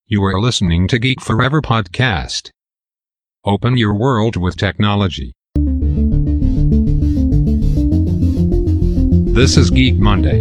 You are listening to Geek Forever podcast. Open your world with technology. This is Geek Monday.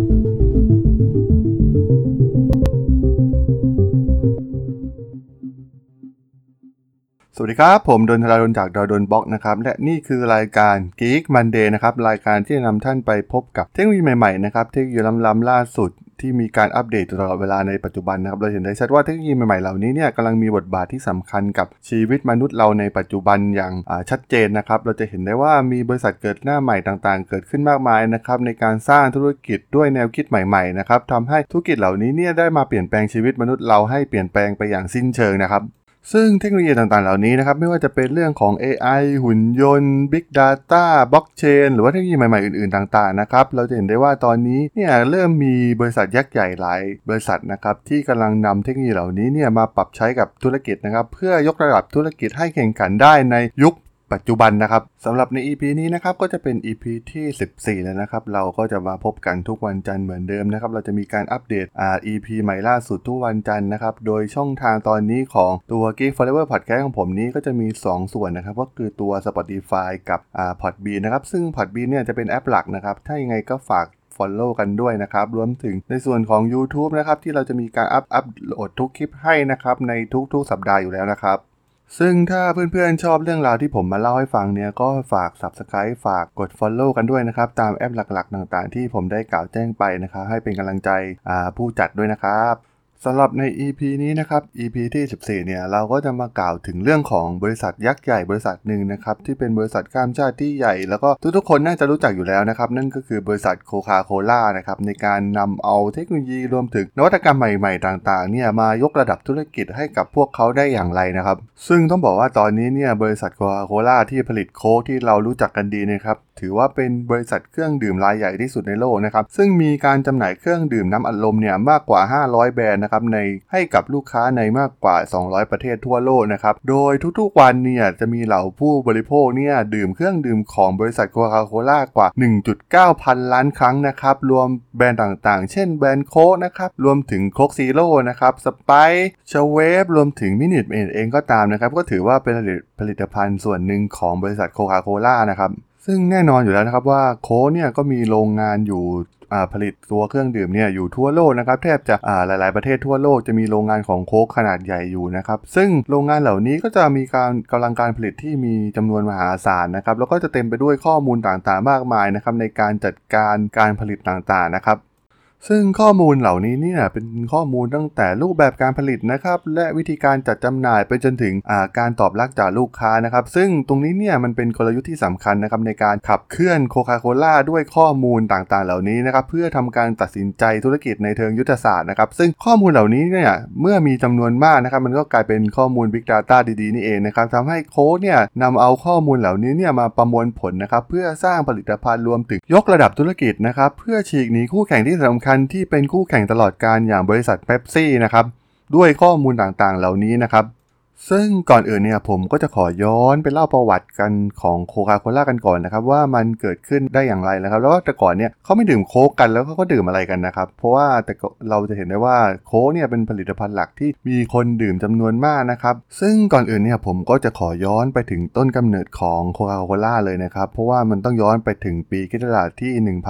สวัสดีครับผมดนทราดนจากดนบล็อกนะครับและนี่คือรายการ Geek Monday นะครับรายการที่จะนำท่านไปพบกับเทคโนโลยีใหม่ๆนะครับเทคโนโลยีล้ำๆล่าสุดที่มีการอัปเดตตลอดเวลาในปัจจุบันนะครับเราเห็นได้ชัดว่าเทคโนโลยีใหม่ๆเหล่านี้เนี่ยกำลังมีบทบาทที่สำคัญกับชีวิตมนุษย์เราในปัจจุบันอย่างชัดเจนนะครับเราจะเห็นได้ว่ามีบริษัทเกิดหน้าใหม่ต่างๆเกิดขึ้นมากมายนะครับในการสร้างธุรกิจด้วยแนวคิดใหม่ๆนะครับทำให้ธุรกิจเหล่านี้เนี่ยได้มาเปลี่ยนแปลงชีวิตมนุษย์เราให้เปลี่ยนแปลงไปอย่างสิ้นเชิงนะครับซึ่งเทคโนโลยีต่างๆเหล่านี้นะครับไม่ว่าจะเป็นเรื่องของ AI หุ่นยนต์ Big Data Blockchain หรือว่าเทคโนโลยีใหม่ๆอื่นๆต่างๆนะครับเราจะเห็นได้ว่าตอนนี้เนี่ยเริ่มมีบริษัทยักษ์ใหญ่หลายบริษัทนะครับที่กำลังนำเทคโนโลยีเหล่านี้เนี่ยมาปรับใช้กับธุรกิจนะครับเพื่อยกระดับธุรกิจให้แข่งขันได้ในยุคปัจจุบันนะครับสำหรับใน EP นี้นะครับก็จะเป็น EP ที่14แล้วนะครับเราก็จะมาพบกันทุกวันจันทร์เหมือนเดิมนะครับเราจะมีการอัปเดตEP ใหม่ล่าสุดทุกวันจันทร์นะครับโดยช่องทางตอนนี้ของตัว Geek Forever Podcast ของผมนี้ก็จะมี2ส่วนนะครับก็คือตัว Spotify กับPodbean นะครับซึ่ง Podbean เนี่ยจะเป็นแอปหลักนะครับถ้ายังไงก็ฝากfollow กันด้วยนะครับรวมถึงในส่วนของ YouTube นะครับที่เราจะมีการอัปโหลดทุกคลิปให้นะครับในทุกๆสัปดาห์อยู่แล้วนะครับซึ่งถ้าเพื่อนๆชอบเรื่องราวที่ผมมาเล่าให้ฟังเนี่ยก็ฝาก Subscribe ฝากกด Follow กันด้วยนะครับตามแอปหลักๆต่างๆที่ผมได้กล่าวแจ้งไปนะครับให้เป็นกำลังใจผู้จัดด้วยนะครับสำหรับใน EP นี้นะครับ EP ที่14เนี่ยเราก็จะมากล่าวถึงเรื่องของบริษัทยักษ์ใหญ่บริษัทหนึ่งนะครับที่เป็นบริษัทข้ามชาติที่ใหญ่แล้วก็ทุกๆคนน่าจะรู้จักอยู่แล้วนะครับนั่นก็คือบริษัทโคคาโคล่านะครับในการนำเอาเทคโนโลยีรวมถึงนวัตกรรมใหม่ๆต่างๆเนี่ยมายกระดับธุรกิจให้กับพวกเขาได้อย่างไรนะครับซึ่งต้องบอกว่าตอนนี้เนี่ยบริษัทโคคาโคล่าที่ผลิตโค้กที่เรารู้จักกันดีนะครับถือว่าเป็นบริษัทเครื่องดื่มรายใหญ่ที่สุดในโลกนะครับซึ่งมีการจำหน่ายเครื่องดื่มน้ำอัดลมเนี่ยมากกว่า500แบรนด์นะครับให้กับลูกค้าในมากกว่า200ประเทศทั่วโลกนะครับโดยทุกๆวันเนี่ยจะมีเหล่าผู้บริโภคเนี่ยดื่มเครื่องดื่มของบริษัทโคคาโคล่ากว่า 1.9 พันล้านครั้งนะครับรวมแบรนด์ต่างๆเช่นแบรนด์โค้กนะครับรวมถึงโค้กซีโร่นะครับสไปซ์ชเวฟรวมถึงมินิทเมดเองก็ตามนะครับก็ถือว่าเป็นผลิตภัณฑ์ส่วนหนึ่งของบริษัทโคคาโคล่านะครับซึ่งแน่นอนอยู่แล้วนะครับว่าโค้กเนี่ยก็มีโรงงานอยู่ผลิตตัวเครื่องดื่มเนี่ยอยู่ทั่วโลกนะครับแทบจะหลายๆประเทศทั่วโลกจะมีโรงงานของโค้กขนาดใหญ่อยู่นะครับซึ่งโรงงานเหล่านี้ก็จะมีกำลังการผลิตที่มีจำนวนมหาศาลนะครับแล้วก็จะเต็มไปด้วยข้อมูลต่างๆมากมายนะครับในการจัดการการผลิตต่างๆนะครับซึ่งข้อมูลเหล่านี้เนี่ยเป็นข้อมูลตั้งแต่รูปแบบการผลิตนะครับและวิธีการจัดจำหน่ายไปจนถึงการตอบรับจากลูกค้านะครับซึ่งตรงนี้เนี่ยมันเป็นกลยุทธ์ที่สำคัญนะครับในการขับเคลื่อนโคคาโคล่าด้วยข้อมูลต่างๆเหล่านี้นะครับเพื่อทำการตัดสินใจธุรกิจในเชิงยุทธศาสตร์นะครับซึ่งข้อมูลเหล่านี้เนี่ยเมื่อมีจำนวนมากนะครับมันก็กลายเป็นข้อมูล Big Data ดีๆนี่เองนะครับทำให้โค้ชเนี่ยนำเอาข้อมูลเหล่านี้เนี่ยมาประมวลผลนะครับเพื่อสร้างผลิตภัณฑ์รวมถึงยกระดับธุรกิจนะครับเพื่อฉีกหนีคู่แข่งที่สำคัญที่เป็นคู่แข่งตลอดการอย่างบริษัทเป๊ปซี่นะครับด้วยข้อมูลต่างๆเหล่านี้นะครับซึ่งก่อนอื่นเนี่ยผมก็จะขอย้อนไปเล่าประวัติกันของโคคาโคล่ากันก่อนนะครับว่ามันเกิดขึ้นได้อย่างไรนะครับแล้วแต่ก่อนเนี่ยเขาไม่ดื่มโค้กกันแล้วเขาก็ดื่มอะไรกันนะครับเพราะว่าแต่เราจะเห็นได้ว่าโค้กเนี่ยเป็นผลิตภัณฑ์หลักที่มีคนดื่มจำนวนมากนะครับซึ่งก่อนอื่นเนี่ยผมก็จะขอย้อนไปถึงต้นกำเนิดของโคคาโคล่าเลยนะครับเพราะว่ามันต้องย้อนไปถึงปีค.ศ. ที่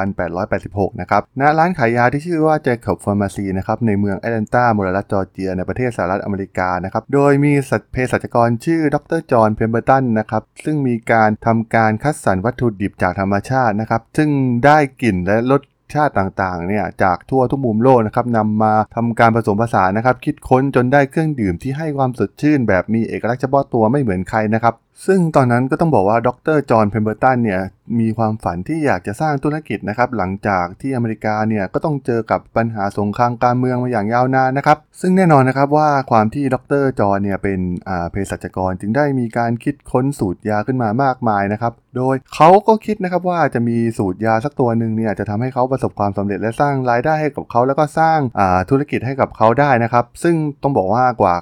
1886นะครับณร้านขายยาที่ชื่อว่าเจคอบฟาร์มาซีนะครับในเมืองแอตแลนตามลรัฐจอร์เจียในประเทศสหรัฐอเมริกานะครับโดยมีเภสัชกรชื่อดร.จอห์น เพมเบอร์ตันนะครับซึ่งมีการทำการคัดสรรวัตถุดิบจากธรรมชาตินะครับซึ่งได้กลิ่นและรสชาติต่างๆเนี่ยจากทั่วทุกมุมโลกนะครับนำมาทำการผสมผสานนะครับคิดค้นจนได้เครื่องดื่มที่ให้ความสดชื่นแบบมีเอกลักษณ์เฉพาะตัวไม่เหมือนใครนะครับซึ่งตอนนั้นก็ต้องบอกว่าดร.จอห์น เพมเบอร์ตันเนี่ยมีความฝันที่อยากจะสร้างธุรกิจนะครับหลังจากที่อเมริกาเนี่ยก็ต้องเจอกับปัญหาสงครามการเมืองมาอย่างยาวนานนะครับซึ่งแน่นอนนะครับว่าความที่ดร.จอห์นเนี่ยเป็นเภสัชกรจึงได้มีการคิดค้นสูตรยาขึ้นมามากมายนะครับโดยเขาก็คิดนะครับว่าจะมีสูตรยาสักตัวหนึ่งเนี่ยจะทำให้เขาประสบความสำเร็จและสร้างรายได้ให้กับเขาแล้วก็สร้างธุรกิจให้กับเขาได้นะครับซึ่งต้องบอกว่ากว่าจ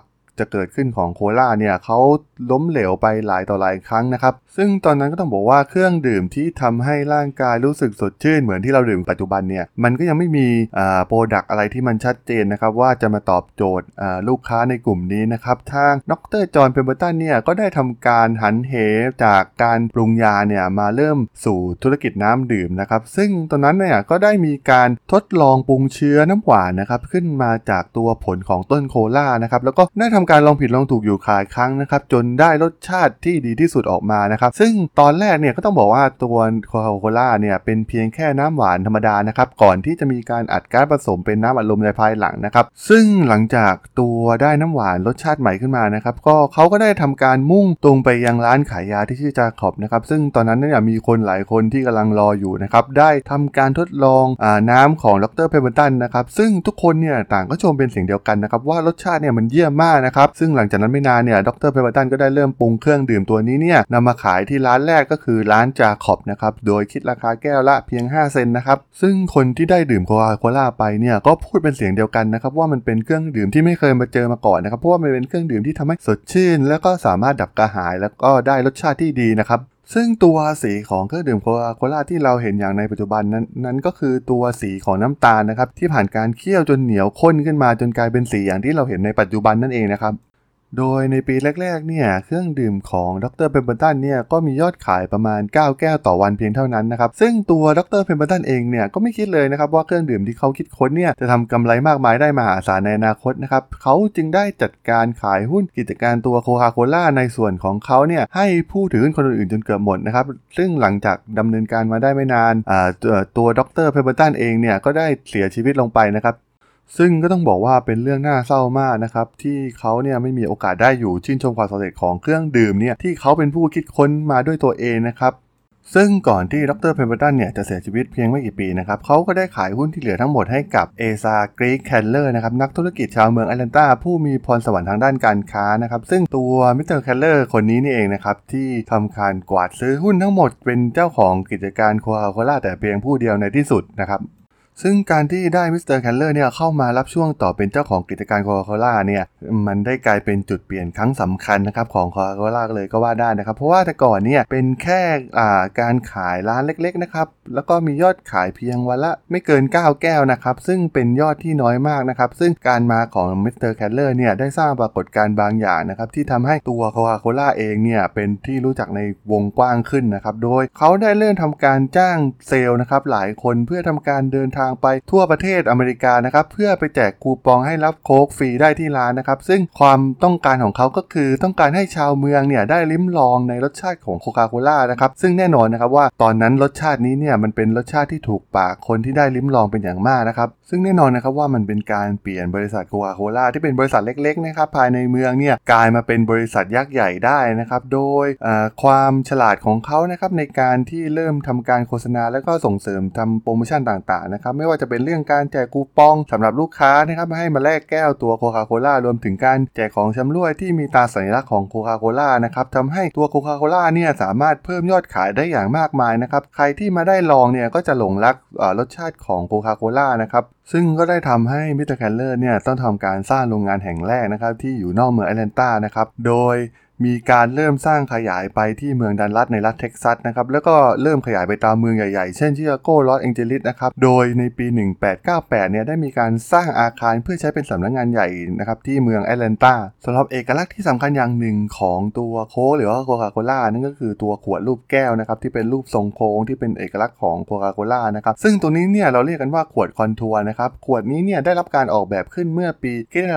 จะเกิดขึ้นของโคลาเนี่ยเขาล้มเหลวไปหลายต่อหลายครั้งนะครับซึ่งตอนนั้นก็ต้องบอกว่าเครื่องดื่มที่ทำให้ร่างกายรู้สึกสดชื่นเหมือนที่เราดื่มปัจจุบันเนี่ยมันก็ยังไม่มีโปรดักต์อะไรที่มันชัดเจนนะครับว่าจะมาตอบโจทย์ลูกค้าในกลุ่มนี้นะครับทางดร.จอห์น เพมเบอร์ตันเนี่ยก็ได้ทำการหันเหจากการปรุงยาเนี่ยมาเริ่มสู่ธุรกิจน้ำดื่มนะครับซึ่งตอนนั้นเนี่ยก็ได้มีการทดลองปรุงเชื้อน้ำหวานนะครับขึ้นมาจากตัวผลของต้นโคลานะครับแล้วก็ได้ทำการลองผิดลองถูกอยู่หลายครั้งนะครับจนได้รสชาติที่ดีที่สุดออกมานะครับซึ่งตอนแรกเนี่ยก็ต้องบอกว่าตัวโคลาเนี่ยเป็นเพียงแค่น้ำหวานธรรมดานะครับก่อนที่จะมีการอัดก๊าซผสมเป็นน้ำอัดลมในภายหลังนะครับซึ่งหลังจากตัวได้น้ำหวานรสชาติใหม่ขึ้นมานะครับก็เขาก็ได้ทำการมุ่งตรงไปยังร้านขายยาที่ชื่อจาคอบนะครับซึ่งตอนนั้นเนี่ยมีคนหลายคนที่กำลังรออยู่นะครับได้ทำการทดลองน้ำของดร.เพมเบอร์ตันนะครับซึ่งทุกคนเนี่ยต่างก็ชมเป็นเสียงเดียวกันนะครับว่ารสชาติเนี่ยมันเยี่ยมมากนะครับซึ่งหลังจากนั้นไม่นานเนี่ยดร.เพมเบอร์ตันก็ได้เริ่มปรุงเครื่องดื่มตัวนี้เนี่ยนำมาขายที่ร้านแรกก็คือร้านจาคอบนะครับโดยคิดราคาแก้วละเพียง5 เซนต์นะครับซึ่งคนที่ได้ดื่มโคลาไปเนี่ยก็พูดเป็นเสียงเดียวกันนะครับว่ามันเป็นเครื่องดื่มที่ไม่เคยมาเจอมาก่อนนะครับเพราะว่ามันเป็นเครื่องดื่มที่ทำให้สดชื่นแล้วก็สามารถดับกระหายแล้วก็ได้รสชาติที่ดีนะครับซึ่งตัวสีของเครื่องดื่มโคลาที่เราเห็นอย่างในปัจจุบันนั้นก็คือตัวสีของน้ำตาลนะครับที่ผ่านการเคี่ยวจนเหนียวข้นขึ้นมาจนกลายเป็นสีอย่างที่เราเห็นในปัจจุบันนั่นเองนะครับโดยในปีแรกๆเนี่ยเครื่องดื่มของดร.เพมเบอร์ตันเนี่ยก็มียอดขายประมาณ9 แก้วต่อวันเพียงเท่านั้นนะครับซึ่งตัวดร.เพมเบอร์ตันเองเนี่ยก็ไม่คิดเลยนะครับว่าเครื่องดื่มที่เขาคิดค้นเนี่ยจะทำกำไรมากมายได้มหาศาลในอนาคตนะครับเขาจึงได้จัดการขายหุ้นกิจการตัวโคคาโคล่าในส่วนของเขาเนี่ยให้ผู้ถือหุ้นคนอื่นๆจนเกือบหมดนะครับซึ่งหลังจากดำเนินการมาได้ไม่นานตัวดร.เพมเบอร์ตันเองเนี่ยก็ได้เสียชีวิตลงไปนะครับซึ่งก็ต้องบอกว่าเป็นเรื่องน่าเศร้ามากนะครับที่เขาเนี่ยไม่มีโอกาสได้อยู่ชื่นชมความสำเร็จของเครื่องดื่มเนี่ยที่เขาเป็นผู้คิดค้นมาด้วยตัวเองนะครับซึ่งก่อนที่ดร.เพมเบอร์ตันเนี่ยจะเสียชีวิตเพียงไม่กี่ปีนะครับเขาก็ได้ขายหุ้นที่เหลือทั้งหมดให้กับเอซากรีกแคนเลอร์นะครับนักธุรกิจชาวเมืองแอตแลนตาผู้มีพรสวรรค์ทางด้านการค้านะครับซึ่งตัวมิสเตอร์แคนเลอร์คนนี้นี่เองนะครับที่ทำการกวาดซื้อหุ้นทั้งหมดเป็นเจ้าของกิจการโคคาโคล่าแต่เพียงผู้เดียวในที่สุดนะครับซึ่งการที่ได้มิสเตอร์แคนเลอร์เนี่ยเข้ามารับช่วงต่อเป็นเจ้าของกิจการโคคาโคล่าเนี่ยมันได้กลายเป็นจุดเปลี่ยนครั้งสำคัญนะครับของโคคาโคล่าเลยก็ว่าได้นะครับเพราะว่าแต่ก่อนเนี่ยเป็นแค่การขายร้านเล็กๆนะครับแล้วก็มียอดขายเพียงวันละไม่เกิน9 แก้วนะครับซึ่งเป็นยอดที่น้อยมากนะครับซึ่งการมาของมิสเตอร์แคนเลอร์เนี่ยได้สร้างปรากฏการณ์บางอย่างนะครับที่ทำให้ตัวโคคาโคล่าเองเนี่ยเป็นที่รู้จักในวงกว้างขึ้นนะครับโดยเขาได้เริ่มทำการจ้างเซลล์นะครับหลายคนเพื่อทำการเดินทางไปทั่วประเทศอเมริกานะครับเพื่อไปแจกคูปองให้รับโค้กฟรีได้ที่ร้านนะครับซึ่งความต้องการของเขาก็คือต้องการให้ชาวเมืองเนี่ยได้ลิ้มลองในรสชาติของโคคาโคล่านะครับซึ่งแน่นอนนะครับว่าตอนนั้นรสชาตินี้เนี่ยมันเป็นรสชาติที่ถูกปากคนที่ได้ลิ้มลองเป็นอย่างมากนะครับซึ่งแน่นอนนะครับว่ามันเป็นการเปลี่ยนบริษัทโคคาโคล่าที่เป็นบริษัทเล็กๆนะครับภายในเมืองเนี่ยกลายมาเป็นบริษัทยักษ์ใหญ่ได้นะครับโดยความฉลาดของเขานะครับในการที่เริ่มทำการโฆษณาและก็ส่งเสริมทำโปรโมชั่นต่างๆนะครับไม่ว่าจะเป็นเรื่องการแจกคูปองสำหรับลูกค้านะครับให้มาแลกแก้วตัวโคคาโคล่ารวมถึงการแจกของชำร่วยที่มีตราสัญลักษณ์ของโคคาโคล่านะครับทำให้ตัวโคคาโคล่าเนี่ยสามารถเพิ่มยอดขายได้อย่างมากมายนะครับใครที่มาได้ลองเนี่ยก็จะหลงรักรสชาติของโคคาโคล่านะครับซึ่งก็ได้ทำให้มิสเตอร์แคนเลอร์เนี่ยต้องทำการสร้างโรงงานแห่งแรกนะครับที่อยู่นอกเมืองแอตแลนตานะครับโดยมีการเริ่มสร้างขยายไปที่เมืองดันลัสในรัฐเท็กซัสนะครับแล้วก็เริ่มขยายไปตามเมืองใหญ่ๆเช่นชิคาโกลอสแองเจลิสนะครับโดยในปี1898เนี่ยได้มีการสร้างอาคารเพื่อใช้เป็นสำนักงานใหญ่นะครับที่เมืองแอตแลนตาสำหรับเอกลักษณ์ที่สำคัญอย่างหนึ่งของตัวโค้กหรือว่าโคคาโคล่านั่นก็คือตัวขวดรูปแก้วนะครับที่เป็นรูปทรงโค้งที่เป็นเอกลักษณ์ของโคคาโคล่านะครับซึ่งตัวนี้เนี่ยเราเรียกกันว่าขวดคอนทัวร์นะครับขวดนี้เนี่ยได้รับการออกแบบขึ้นเมื่อปีค.ศ.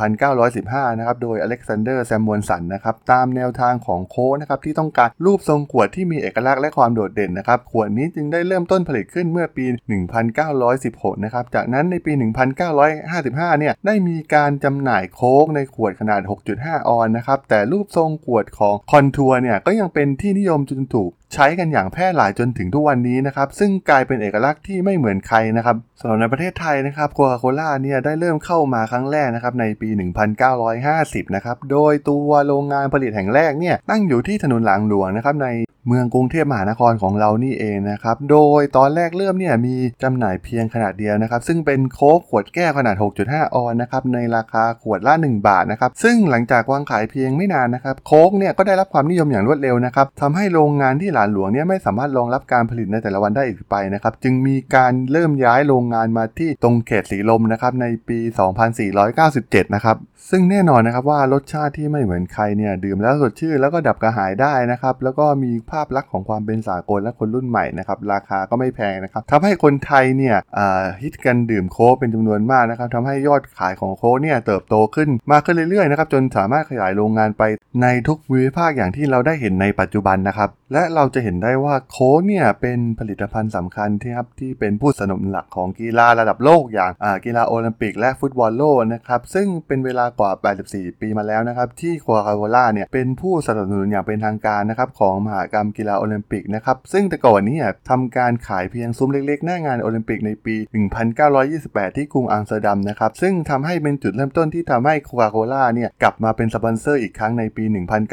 1915นะครับโดยอเล็กซานเดอร์แซมมวนสันนะครับตามแนวทางของโค้กนะครับที่ต้องการรูปทรงขวดที่มีเอกลักษณ์และความโดดเด่นนะครับขวดนี้จึงได้เริ่มต้นผลิตขึ้นเมื่อปี1916นะครับจากนั้นในปี1955เนี่ยได้มีการจำหน่ายโค้กในขวดขนาด 6.5 ออนซ์นะครับแต่รูปทรงขวดของคอนทัวร์เนี่ยก็ยังเป็นที่นิยมจนถูกใช้กันอย่างแพร่หลายจนถึงทุกวันนี้นะครับซึ่งกลายเป็นเอกลักษณ์ที่ไม่เหมือนใครนะครับสำหรับในประเทศไทยนะครับโคคาโคล่าเนี่ยได้เริ่มเข้ามาครั้งแรกนะครับในปี1950นะครับโดยตัวโรงงานผลิตแห่งแรกเนี่ยตั้งอยู่ที่ถนนหลางหลวงนะครับในเมืองกรุงเทพมหานครของเรานี่เองนะครับโดยตอนแรกเริ่มเนี่ยมีจำหน่ายเพียงขนาดเดียวนะครับซึ่งเป็นโค้กขวดแก้วขนาด 6.5 ออนซ์นะครับในราคาขวดละ1 บาทนะครับซึ่งหลังจากวางขายเพียงไม่นานนะครับโค้กเนี่ยก็ได้รับความนิยมอย่างรวดเร็วนะครับทำให้โรงงานที่หลานหลวงเนี่ยไม่สามารถรองรับการผลิตในแต่ละวันได้อีกไปนะครับจึงมีการเริ่มย้ายโรงงานมาที่ตรงเขตสีลมนะครับในปี 2497 นะครับซึ่งแน่นอนนะครับว่ารสชาติที่ไม่เหมือนใครเนี่ยดื่มแล้วสดชื่นแล้วก็ดับกระหายได้นะครับแล้วก็มีภาพลักษณ์ของความเป็นสากลและคนรุ่นใหม่นะครับราคาก็ไม่แพงนะครับทำให้คนไทยเนี่ยฮิตกันดื่มโค้กเป็นจำนวนมากนะครับทำให้ยอดขายของโค้กเนี่ยเติบโตขึ้นมากขึ้นเรื่อยๆนะครับจนสามารถขยายโรงงานไปในทุกภูมิภาคอย่างที่เราได้เห็นในปัจจุบันนะครับและเราจะเห็นได้ว่าโค้กเนี่ยเป็นผลิตภัณฑ์สำคัญที่เป็นผู้สนับสนุนหลักของกีฬาระดับโลกอย่างกีฬาโอลิมปิกและฟุตบอลโลกนะครับซึ่งเป็นเวลากว่า84 ปีมาแล้วนะครับที่โคคาโคล่าเนี่ยเป็นผู้สนับสนุนอย่างเป็นทางการนะครับของมหกรรมกีฬาโอลิมปิกนะครับซึ่งแต่ก่อนนี้ทำการขายเพียงซุ้มเล็กๆหน้างานโอลิมปิกในปี 1928 ที่กรุงอัมสเตอร์ดัมนะครับซึ่งทำให้เป็นจุดเริ่มต้นที่ทำให้โคคาโคล่าเนี่ยกลับมาเป็นสปอนเซอร์อีกครั้งในปี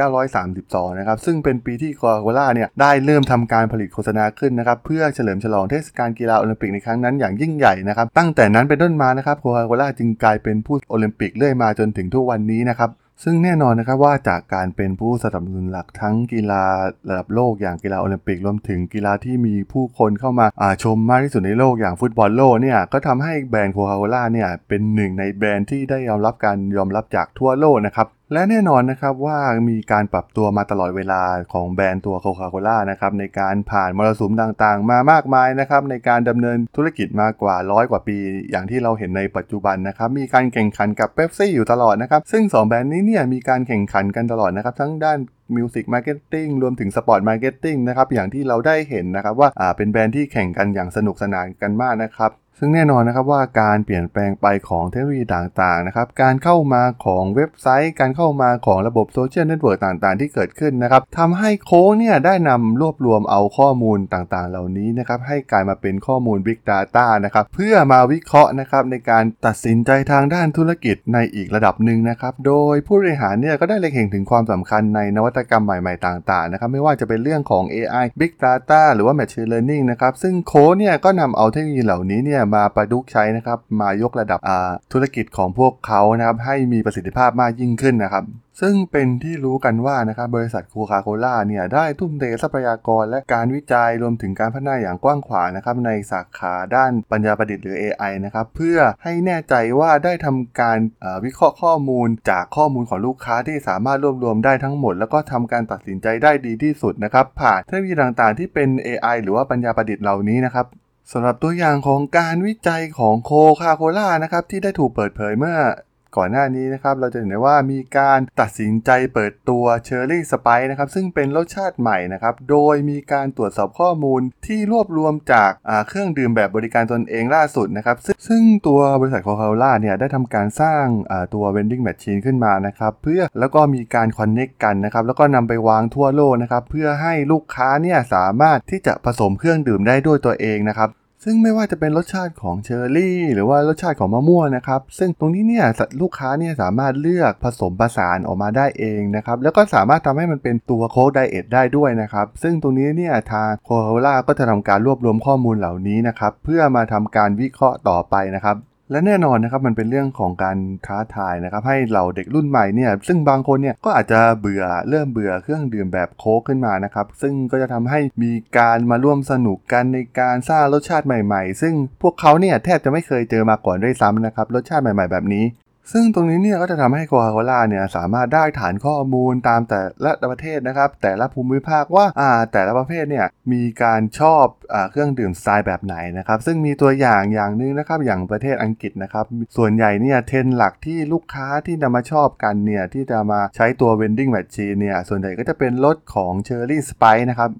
1932 นะครับซึ่งเป็นปีที่โคคาโคล่าเนี่ยได้เริ่มทำการผลิตโฆษณาขึ้นนะครับเพื่อเฉลิมฉลองเทศกาลกีฬาโอลิมปิกในครั้งนั้นอย่างยิ่งใหญ่นะครับตั้งแต่นั้นเป็นต้นมานะครับโคคาโคล่าจึงกลายเป็นผู้โอลิมปิกเรื่อยมาจนถึงทุกวันนี้นะครับซึ่งแน่นอนนะครับว่าจากการเป็นผู้สนับสนุนหลักทั้งกีฬาระดับโลกอย่างกีฬาโอลิมปิกรวมถึงกีฬาที่มีผู้คนเข้ามาชมมากที่สุดในโลกอย่างฟุตบอลโลกเนี่ยก็ทำให้แบรนด์โคคาโคล่าเนี่ยเป็นหนึ่งในแบรนด์ที่ได้ยอมรับจากทั่วโลกนะครับและแน่นอนนะครับว่ามีการปรับตัวมาตลอดเวลาของแบรนด์ตัวโคคาโคล่านะครับในการผ่านมรสุมต่างๆมามากมายนะครับในการดำเนินธุรกิจมากว่า100 กว่าปีอย่างที่เราเห็นในปัจจุบันนะครับมีการแข่งขันกับเป๊ปซี่อยู่ตลอดนะครับซึ่ง2แบรนด์นี้เนี่ยมีการแข่งขันกันตลอดนะครับทั้งด้านมิวสิกมาร์เก็ตติ้งรวมถึงสปอร์ตมาร์เก็ตติ้งนะครับอย่างที่เราได้เห็นนะครับว่าเป็นแบรนด์ที่แข่งกันอย่างสนุกสนานกันมากนะครับซึ่งแน่นอนนะครับว่าการเปลี่ยนแปลงไปของเทคโนโลยีต่างๆนะครับการเข้ามาของเว็บไซต์การเข้ามาของระบบโซเชียลเน็ตเวิร์กต่างๆที่เกิดขึ้นนะครับทำให้โค้กเนี่ยได้นำรวบรวมเอาข้อมูลต่างๆเหล่านี้นะครับให้กลายมาเป็นข้อมูล Big Data นะครับเพื่อมาวิเคราะห์นะครับในการตัดสินใจทางด้านธุรกิจในอีกระดับหนึ่งนะครับโดยผู้บริหารเนี่ยก็ได้เล็งเห็นถึงความสำคัญในนวัตกรรมใหม่ๆต่างๆนะครับไม่ว่าจะเป็นเรื่องของ AI Big Data หรือว่า Machine Learning นะครับซึ่งโค้กเนี่ยก็นำเอาเทคโนโลยีเหล่านี้เนี่ยมาประยุกต์ใช้นะครับมายกระดับธุรกิจของพวกเขานะครับให้มีประสิทธิภาพมากยิ่งขึ้นนะครับซึ่งเป็นที่รู้กันว่านะครับบริษัทโคคาโคล่าเนี่ยได้ทุ่มเททรัพยากรและการวิจัยรวมถึงการพัฒนาอย่างกว้างขวางนะครับในสาขาด้านปัญญาประดิษฐ์หรือ AI นะครับเพื่อให้แน่ใจว่าได้ทำการวิเคราะห์ข้อมูลจากข้อมูลของลูกค้าที่สามารถรวบรวมได้ทั้งหมดแล้วก็ทำการตัดสินใจได้ดีที่สุดนะครับผ่านเทคโนโลยีต่างๆที่เป็น AI หรือว่าปัญญาประดิษฐ์เหล่านี้นะครับสำหรับตัวอย่างของการวิจัยของโคคาโคล่านะครับที่ได้ถูกเปิดเผยเมื่อก่อนหน้านี้นะครับเราจะเห็นได้ว่ามีการตัดสินใจเปิดตัวเชอร์รี่สไปซ์นะครับซึ่งเป็นรสชาติใหม่นะครับโดยมีการตรวจสอบข้อมูลที่รวบรวมจากเครื่องดื่มแบบบริการตนเองล่าสุดนะครับซึ่งตัวบริษัทโคคาโคล่าเนี่ยได้ทำการสร้างตัว vending machine ขึ้นมานะครับเพื่อแล้วก็มีการคอนเนคกันนะครับแล้วก็นำไปวางทั่วโลกนะครับเพื่อให้ลูกค้าเนี่ยสามารถที่จะผสมเครื่องดื่มได้ด้วยตัวเองนะครับซึ่งไม่ว่าจะเป็นรสชาติของเชอร์รี่หรือว่ารสชาติของมะม่วงนะครับซึ่งตรงนี้เนี่ยลูกค้าเนี่ยสามารถเลือกผสมผสานออกมาได้เองนะครับแล้วก็สามารถทำให้มันเป็นตัวโค้กไดเอทได้ด้วยนะครับซึ่งตรงนี้เนี่ยทางโคคาโคล่าก็จะทำการรวบรวมข้อมูลเหล่านี้นะครับเพื่อมาทำการวิเคราะห์ต่อไปนะครับและแน่นอนนะครับมันเป็นเรื่องของการท้าทายนะครับให้เหล่าเด็กรุ่นใหม่เนี่ยซึ่งบางคนเนี่ยก็อาจจะเริ่มเบื่อเครื่องดื่มแบบโค้กขึ้นมานะครับซึ่งก็จะทำให้มีการมาร่วมสนุกกันในการสร้างรสชาติใหม่ๆซึ่งพวกเขาเนี่ยแทบจะไม่เคยเจอมาก่อนด้วยซ้ำนะครับรสชาติใหม่ๆแบบนี้ซึ่งตรงนี้เนี่ยก็จะทำให้โคคาโคล่าเนี่ยสามารถได้ฐานข้อมูลตามแต่ละประเทศนะครับแต่ละภูมิภาคว่าแต่ละประเภทเนี่ยมีการชอบเครื่องดื่มสไตล์แบบไหนนะครับซึ่งมีตัวอย่างนึงนะครับอย่างประเทศอังกฤษนะครับส่วนใหญ่เนี่ยเทรนด์หลักที่ลูกค้าที่นำมาชอบกันเนี่ยที่จะมาใช้ตัว vending machine เนี่ยส่วนใหญ่ก็จะเป็นรสของ Cherry Spice นะครับ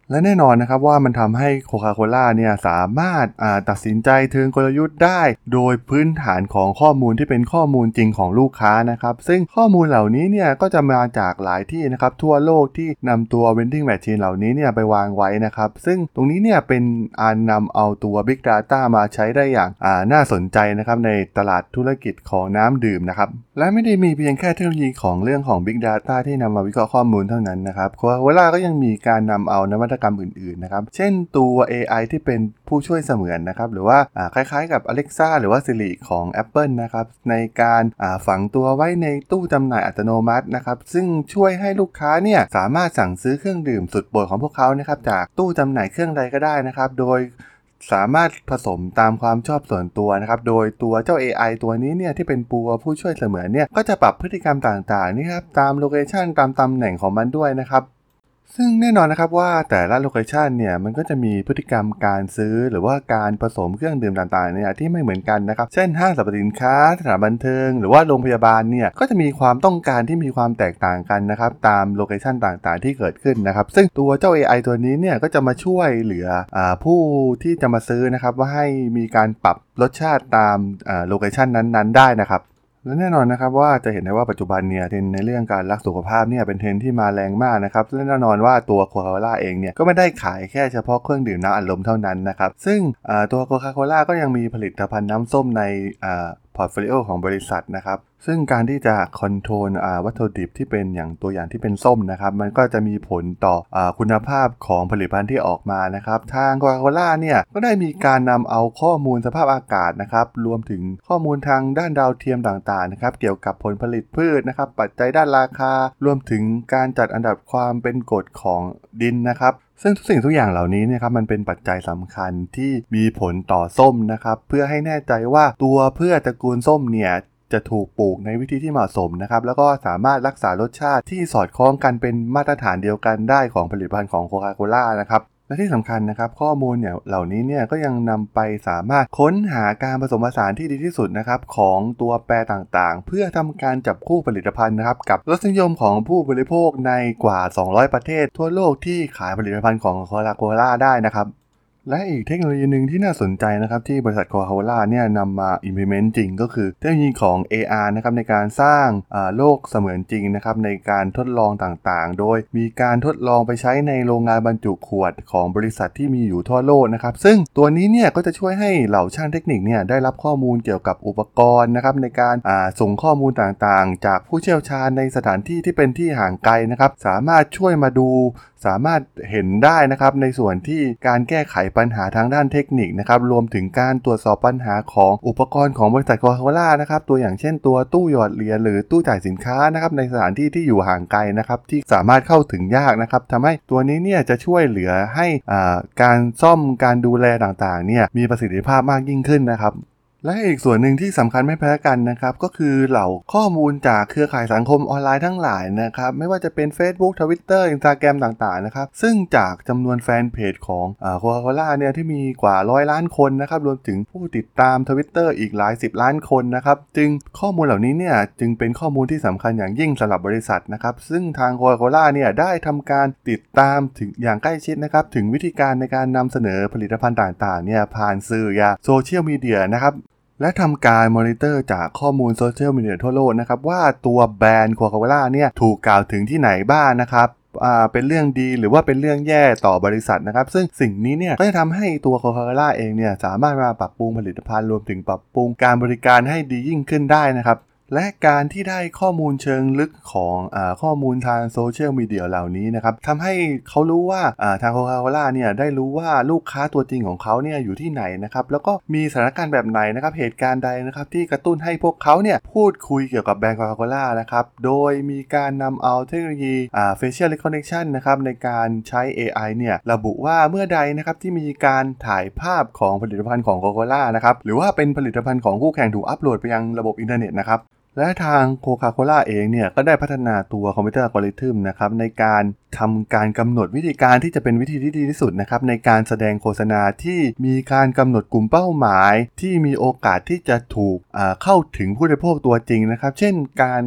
และแน่นอนนะครับว่ามันทำให้โคคาโคล่าเนี่ยสามารถตัดสินใจเชิงกลยุทธ์ได้โดยพื้นฐานของข้อมูลที่เป็นข้อมูลจริงของลูกค้านะครับซึ่งข้อมูลเหล่านี้เนี่ยก็จะมาจากหลายที่นะครับทั่วโลกที่นำตัว vending machine เหล่านี้เนี่ยไปวางไว้นะครับซึ่งตรงนี้เนี่ยเป็นนำเอาตัว Big Data มาใช้ได้อย่างน่าสนใจนะครับในตลาดธุรกิจของน้ำดื่มนะครับและไม่ได้มีเพียงแค่เทคโนโลยีของเรื่องของ Big Data ที่นำมาวิเคราะห์ข้อมูลเท่านั้นนะครับโคคาโคล่าก็ยังมีการนำเอานวัตกรรมอื่นๆนะครับเช่นตัว AI ที่เป็นผู้ช่วยเสมือนนะครับหรือว่าคล้ายๆกับ Alexa หรือว่า Siri ของ Apple นะครับในการฝังตัวไว้ในตู้จำหน่ายอัตโนมัตินะครับซึ่งช่วยให้ลูกค้าเนี่ยสามารถสั่งซื้อเครื่องดื่มสุดโปรดของพวกเขานะครับจากตู้จำหน่ายเครื่องใดก็ได้นะครับโดยสามารถผสมตามความชอบส่วนตัวนะครับโดยตัวเจ้า AI ตัวนี้เนี่ยที่เป็นผู้ช่วยเสมือนเนี่ยก็จะปรับพฤติกรรมต่างๆนี่ครับตามโลเคชันตามตำแหน่งของมันด้วยนะครับซึ่งแน่นอนนะครับว่าแต่ละโลเคชันเนี่ยมันก็จะมีพฤติกรรมการซื้อหรือว่าการผสมเครื่องดื่มต่างๆเนี่ยที่ไม่เหมือนกันนะครับเช่นห้างสรรพสินค้าสถานบันเทิงหรือว่าโรงพยาบาลเนี่ยก็จะมีความต้องการที่มีความแตกต่างกันนะครับตามโลเคชันต่างๆที่เกิดขึ้นนะครับซึ่งตัวเจ้า AI ตัวนี้เนี่ยก็จะมาช่วยเหลือผู้ที่จะมาซื้อนะครับว่าให้มีการปรับรสชาติตามโลเคชันนั้นๆได้นะครับและแน่นอนนะครับว่าจะเห็นได้ว่าปัจจุบันเนี่ยเทรนด์ในเรื่องการรักสุขภาพเนี่ยเป็นเทรนด์ที่มาแรงมากนะครับและแน่นอนว่าตัวโคคาโคล่าเองเนี่ยก็ไม่ได้ขายแค่เฉพาะเครื่องดื่มน้ำอัดลมเท่านั้นนะครับซึ่งตัวโคคาโคล่าก็ยังมีผลิตภัณฑ์น้ำส้มในพอร์ตโฟลิโอของบริษัทนะครับซึ่งการที่จะคอนโทรลวัตถุดิบที่เป็นอย่างตัวอย่างที่เป็นส้มนะครับมันก็จะมีผลต่อคุณภาพของผลิตภัณฑ์ที่ออกมานะครับทางโคคาโคล่าเนี่ยก็ได้มีการนำเอาข้อมูลสภาพอากาศนะครับรวมถึงข้อมูลทางด้านดาวเทียมต่างๆนะครับเกี่ยวกับผลผลิตพืชนะครับปัจจัยด้านราคารวมถึงการจัดอันดับความเป็นกรดของดินนะครับซึ่งทุกสิ่งทุกอย่างเหล่านี้นะครับมันเป็นปัจจัยสำคัญที่มีผลต่อส้มนะครับเพื่อให้แน่ใจว่าตัวพืชตระกูลส้มเนี่ยจะถูกปลูกในวิธีที่เหมาะสมนะครับแล้วก็สามารถรักษารสชาติที่สอดคล้องกันเป็นมาตรฐานเดียวกันได้ของผลิตภัณฑ์ของโคคาโคล่านะครับและที่สำคัญนะครับข้อมูลเนี่ยเหล่านี้เนี่ยก็ยังนำไปสามารถค้นหาการผสมผสานที่ดีที่สุดนะครับของตัวแปรต่างๆเพื่อทำการจับคู่ผลิตภัณฑ์นะครับกับรสนิยมของผู้บริโภคในกว่า200ประเทศทั่วโลกที่ขายผลิตภัณฑ์ของโคคาโคล่าได้นะครับและอีกเทคโนโลยีหนึ่งที่น่าสนใจนะครับที่บริษัทโคคาโคล่าเนี่ยนำมา implement จริงก็คือเทคโนโลยีของ AR นะครับในการสร้างโลกเสมือนจริงนะครับในการทดลองต่างๆโดยมีการทดลองไปใช้ในโรงงานบรรจุขวดของบริษัทที่มีอยู่ทั่วโลกนะครับซึ่งตัวนี้เนี่ยก็จะช่วยให้เหล่าช่างเทคนิคเนี่ยได้รับข้อมูลเกี่ยวกับอุปกรณ์นะครับในการส่งข้อมูลต่างๆจากผู้เชี่ยวชาญในสถานที่ที่เป็นที่ห่างไกลนะครับสามารถช่วยมาดูสามารถเห็นได้นะครับในส่วนที่การแก้ไขปัญหาทางด้านเทคนิคนะครับรวมถึงการตรวจสอบปัญหาของอุปกรณ์ของบริษัทโคคาโคล่านะครับตัวอย่างเช่นตัวตู้หยอดเหรียญหรือตู้จ่ายสินค้านะครับในสถานที่ที่อยู่ห่างไกลนะครับที่สามารถเข้าถึงยากนะครับทำให้ตัวนี้เนี่ยจะช่วยเหลือให้การซ่อมการดูแลต่างๆเนี่ยมีประสิทธิภาพมากยิ่งขึ้นนะครับและอีกส่วนหนึ่งที่สำคัญไม่แพ้กันนะครับก็คือเหล่าข้อมูลจากเครือข่ายสังคมออนไลน์ทั้งหลายนะครับไม่ว่าจะเป็น Facebook Twitter Instagram ต่างๆนะครับซึ่งจากจำนวนแฟนเพจของโคคาโคล่าเนี่ยที่มีกว่า100ล้านคนนะครับรวมถึงผู้ติดตาม Twitter อีกหลาย10ล้านคนนะครับจึงข้อมูลเหล่านี้เนี่ยจึงเป็นข้อมูลที่สำคัญอย่างยิ่งสำหรับบริษัทนะครับซึ่งทางโคคาโคล่าเนี่ยได้ทำการติดตามถึงอย่างใกล้ชิดนะครับถึงวิธีการในการนำเสนอผลิตภัณฑ์ต่างๆเนี่ยผ่านสื่ออย่างโซเชียลมีเดียนะครับและทำการมอนิเตอร์จากข้อมูลโซเชียลมีเดียทั่วโลกนะครับว่าตัวแบรนด์โคคาโคล่าเนี่ยถูกกล่าวถึงที่ไหนบ้างนะครับเป็นเรื่องดีหรือว่าเป็นเรื่องแย่ต่อบริษัทนะครับซึ่งสิ่งนี้เนี่ยก็จะทำให้ตัวโคคาโคล่าเองเนี่ยสามารถมาปรับปรุงผลิตภัณฑ์รวมถึงปรับปรุงการบริการให้ดียิ่งขึ้นได้นะครับและการที่ได้ข้อมูลเชิงลึกของข้อมูลทางโซเชียลมีเดียเหล่านี้นะครับทำให้เขารู้ว่าทางโคคาโคล่าเนี่ยได้รู้ว่าลูกค้าตัวจริงของเขาเนี่ยอยู่ที่ไหนนะครับแล้วก็มีสถานการณ์แบบไหนนะครับเหตุการณ์ใดนะครับที่กระตุ้นให้พวกเขาเนี่ยพูดคุยเกี่ยวกับแบรนด์โคคาโคล่านะครับโดยมีการนำเอาเทคโนโลยีfacial recognition นะครับในการใช้ AI เนี่ยระบุว่าเมื่อใดนะครับที่มีการถ่ายภาพของผลิตภัณฑ์ของโคคาโคล่านะครับหรือว่าเป็นผลิตภัณฑ์ของคู่แข่งถูกอัปโหลดไปยังระบบอินเทอร์เน็ตนะครับและทางโคคาโคล่าเองเนี่ยก็ได้พัฒนาตัวคอมพิวเตอร์อัลกอริทึมนะครับในการทำการกำหนดวิธีการที่จะเป็นวิธีที่ดีที่สุดนะครับในการแสดงโฆษณาที่มีการกำหนดกลุ่มเป้าหมายที่มีโอกาสที่จะถูกเข้าถึงผู้บริโภคตัวจริงนะครับเช่นการ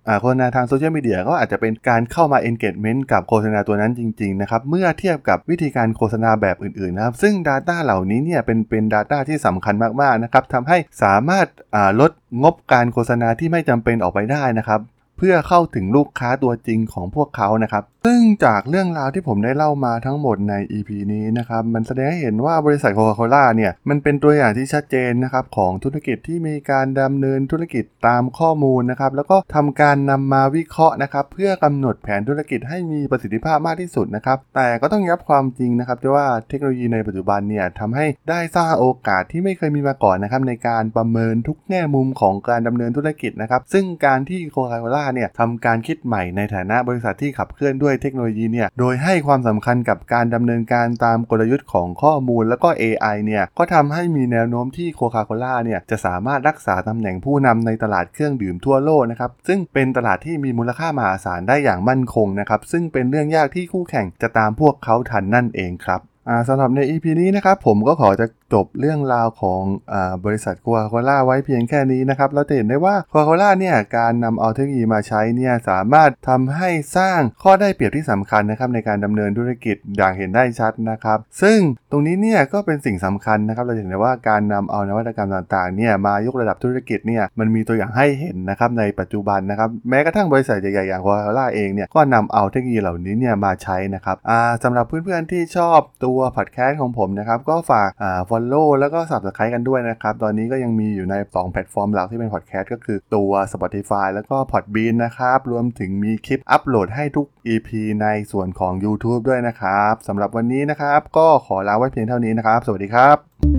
โฆษณาทางโซเชียลมีเดียก็อาจจะเป็นการเข้ามา engagement กับโฆษณาตัวนั้นจริงๆนะครับเมื่อเทียบกับวิธีการโฆษณาแบบอื่นๆนะครับซึ่ง Data เหล่านี้เนี่ยเป็น Data ที่สำคัญมากๆนะครับทำให้สามารถลดงบการโฆษณาที่ไม่จำเป็นออกไปได้นะครับเพื่อเข้าถึงลูกค้าตัวจริงของพวกเขานะครับซึ่งจากเรื่องราวที่ผมได้เล่ามาทั้งหมดใน EP นี้นะครับมันแสดงให้เห็นว่าบริษัทโคคาโคล่าเนี่ยมันเป็นตัวอย่างที่ชัดเจนนะครับของธุรกิจที่มีการดำเนินธุรกิจตามข้อมูลนะครับแล้วก็ทำการนำมาวิเคราะห์นะครับเพื่อกำหนดแผนธุรกิจให้มีประสิทธิภาพมากที่สุดนะครับแต่ก็ต้องยับความจริงนะครับที่ว่าเทคโนโลยีในปัจจุบันเนี่ยทำให้ได้สร้างโอกาสที่ไม่เคยมีมาก่อนนะครับในการประเมินทุกแง่มุมของการดำเนินธุรกิจนะครับซึ่งการที่โคคาโคล่าเนี่ยทำการคิดใหม่ในฐานะบริษัทที่ขับเคลื่อนด้วยเทคโนโลยีเนี่ยโดยให้ความสำคัญกับการดำเนินการตามกลยุทธ์ของข้อมูลแล้วก็ AI เนี่ยก็ทำให้มีแนวโน้มที่โคคาโคล่าเนี่ยจะสามารถรักษาตำแหน่งผู้นำในตลาดเครื่องดื่มทั่วโลกนะครับซึ่งเป็นตลาดที่มีมูลค่ามหาศาลได้อย่างมั่นคงนะครับซึ่งเป็นเรื่องยากที่คู่แข่งจะตามพวกเขาทันนั่นเองครับสำหรับใน EP นี้นะครับผมก็ขอจะจบเรื่องราวของบริษัทโคคาโคล่าไว้เพียงแค่นี้นะครับเราจะเห็นได้ว่าโคคาโคล่าเนี่ยการนำเอาเทคโนโลยีมาใช้เนี่ยสามารถทำให้สร้างข้อได้เปรียบที่สำคัญนะครับในการดำเนินธุรกิจอย่างเห็นได้ชัดนะครับซึ่งตรงนี้เนี่ยก็เป็นสิ่งสำคัญนะครับเราจะเห็นได้ว่าการนำเอานวัตกรรมต่างๆเนี่ยมายกระดับธุรกิจเนี่ยมันมีตัวอย่างให้เห็นนะครับในปัจจุบันนะครับแม้กระทั่งบริษัทใหญ่ๆอย่างโคคาโคล่าเองเนี่ยก็นำเอาเทคโนโลยีเหล่านี้เนี่ยมาใช้นะครับสำหรับเพื่อนๆที่ชอบตัวพอดแคสต์ของผมนะครับก็ฝากfollow แล้วก็ Subscribe กันด้วยนะครับตอนนี้ก็ยังมีอยู่ใน2แพลตฟอร์มหลักที่เป็นพอดแคสต์ก็คือตัว Spotify แล้วก็ Podbean นะครับรวมถึงมีคลิปอัปโหลดให้ทุก EP ในส่วนของ YouTube ด้วยนะครับสำหรับวันนี้นะครับก็ขอลาไว้เพียงเท่านี้นะครับสวัสดีครับ